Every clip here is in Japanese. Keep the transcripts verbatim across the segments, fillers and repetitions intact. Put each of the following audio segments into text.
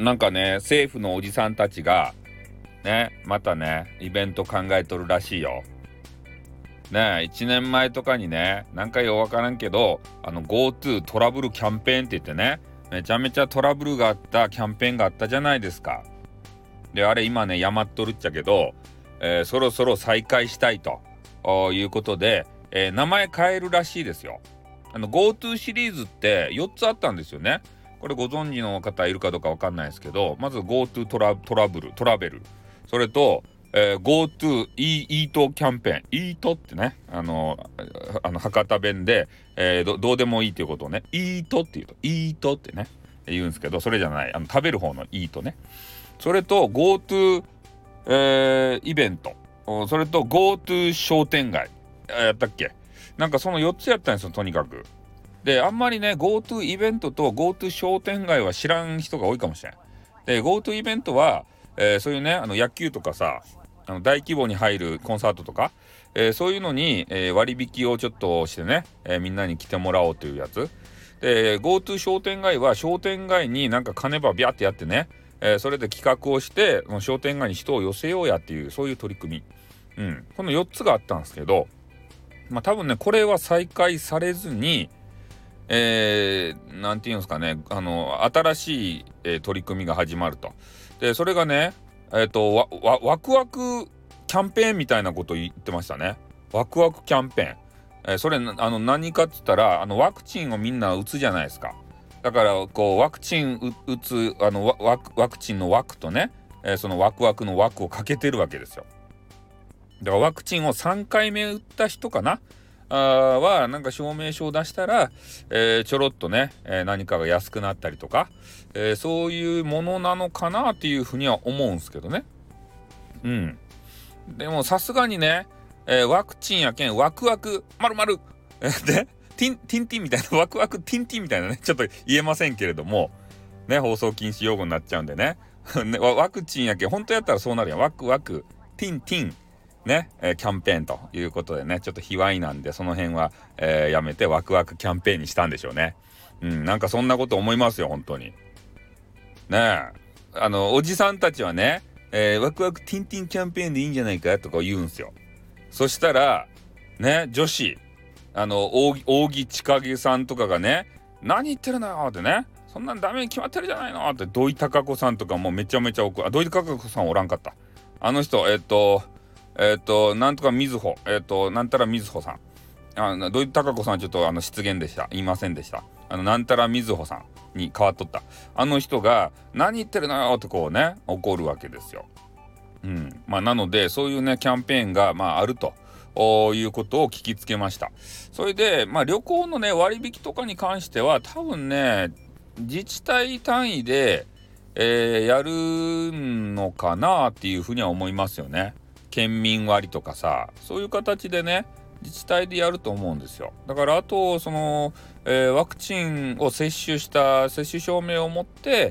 なんかね、政府のおじさんたちがね、またねイベント考えとるらしいよ。ね、いちねんまえとかにね、なんかようわからんけど、あの GoTo トラブルキャンペーンって言ってね、めちゃめちゃトラブルがあったキャンペーンがあったじゃないですか。で、あれ今ね、やまっとるっちゃけど、えー、そろそろ再開したいということで、えー、名前変えるらしいですよ。あの GoTo シリーズってよっつあったんですよね。これご存知の方いるかどうかわかんないですけど、まず GoTo トラ、トラブル、トラベル。それと、えー、GoTo イートキャンペーン。イートってね、あの、あの博多弁で、えーど、どうでもいいということをね、イートって言うと、イートってね、言うんですけど、それじゃない、あの食べる方のイートね。それと GoTo、えー、イベント。それと GoTo 商店街。やったっけ？なんかそのよっつやったんですよ、とにかく。で、あんまりね、GoTo イベントと GoTo 商店街は知らん人が多いかもしれん。で、GoTo イベントは、えー、そういうね、あの野球とかさ、あの大規模に入るコンサートとか、えー、そういうのに、えー、割引をちょっとしてね、えー、みんなに来てもらおうというやつ。で、GoTo 商店街は商店街になんか金ばビャってやってね、えー、それで企画をして、商店街に人を寄せようやっていう、そういう取り組み。うん。このよっつがあったんですけど、まあ多分ね、これは再開されずに、えー、なんていうんですかね、あの、新しい、えー、取り組みが始まると。で、それがね、えっと、わ、わ、ワクワクキャンペーンみたいなこと言ってましたね。ワクワクキャンペーン。えー、それ、あの、何かっつったら、あの、ワクチンをみんな打つじゃないですか。だから、こう、ワクチン打つ、あの、ワク、ワクチンのワクとね、えー、そのワクワクのワクをかけてるわけですよ。だからワクチンをさんかいめ打った人かなあはなんか証明書を出したら、えー、ちょろっとね、えー、何かが安くなったりとか、えー、そういうものなのかなっていうふうには思うんすけどね。うん。でもさすがにね、えー、ワクチンやけんワクワクまるまるでティンティンティンみたいなワクワクティンティンみたいなね、ちょっと言えませんけれどもね、放送禁止用語になっちゃうんでねね、ワクチンやけん本当やったらそうなるやん。ワクワクティンティンね、えー、キャンペーンということでね、ちょっと卑猥なんでその辺は、えー、やめてワクワクキャンペーンにしたんでしょうね。うん、なんかそんなこと思いますよ本当に。ねえ、あのおじさんたちはね、えー、ワクワクティンティンキャンペーンでいいんじゃないかとか言うんすよ。そしたらね、女子あの扇扇千景さんとかがね、何言ってるのよってね、そんなんダメに決まってるじゃないのって土井孝子さんとかもめちゃめちゃ怒る。あ、土井孝子さんおらんかった。あの人えっとえっ、ー、と、なんとかみずほ、えっ、ー、と、なんたらみずほさん。あ、土井孝子さんはちょっとあの失言でした。言いませんでした。あの、なんたらみずほさんに変わっとった。あの人が、何言ってるのよってこうね、怒るわけですよ。うん。まあ、なので、そういうね、キャンペーンが、まあ、あると。いうことを聞きつけました。それで、まあ、旅行のね、割引とかに関しては、多分ね、自治体単位で、えー、やるのかなっていうふうには思いますよね。県民割とかさ、そういう形でね、自治体でやると思うんですよ。だからあとその、えー、ワクチンを接種した接種証明を持って、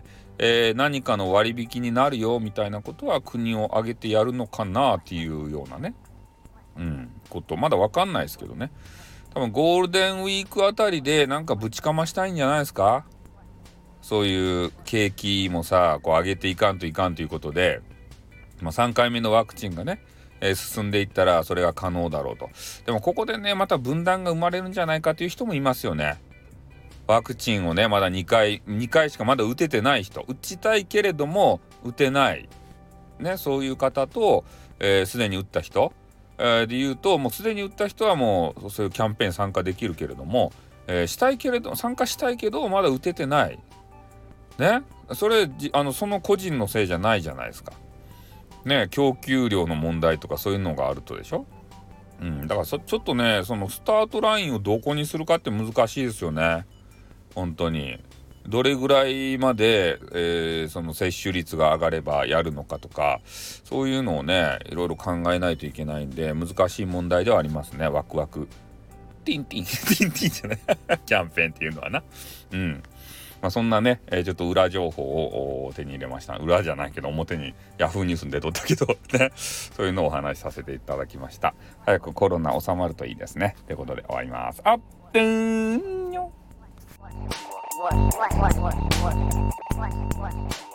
えー、何かの割引になるよみたいなことは国を挙げてやるのかなっていうようなね、うん、ことまだわかんないですけどね。多分ゴールデンウィークあたりでなんかぶちかましたいんじゃないですか。そういう景気もさ、こう上げていかんといかんということで、まあ、さんかいめのワクチンがね、えー、進んでいったらそれが可能だろうと。でもここでね、また分断が生まれるんじゃないかという人もいますよね。ワクチンをね、まだにかい、にかいしかまだ打ててない人、打ちたいけれども打てない、ね、そういう方と、えー、すでに打った人、えー、で言うと、もうすでに打った人はもうそういうキャンペーン参加できるけれども、えー、したいけれど、参加したいけどまだ打ててない。ね、それ、あの、その個人のせいじゃないじゃないですか。ね、供給量の問題とかそういうのがあるとでしょ。うん、だからそちょっとね、そのスタートラインをどこにするかって難しいですよね。本当に。どれぐらいまで、えー、その接種率が上がればやるのかとか、そういうのをね、いろいろ考えないといけないんで、難しい問題ではありますね。ワクワク。ティンティン、ティンティンじゃないキャンペーンっていうのはな。うん。まあ、そんなね、えー、ちょっと裏情報を手に入れました。裏じゃないけど表にヤフーニュースに出とったけどね、そういうのをお話しさせていただきました。早くコロナ収まるといいですね。ということで終わります。あっぷーんよ。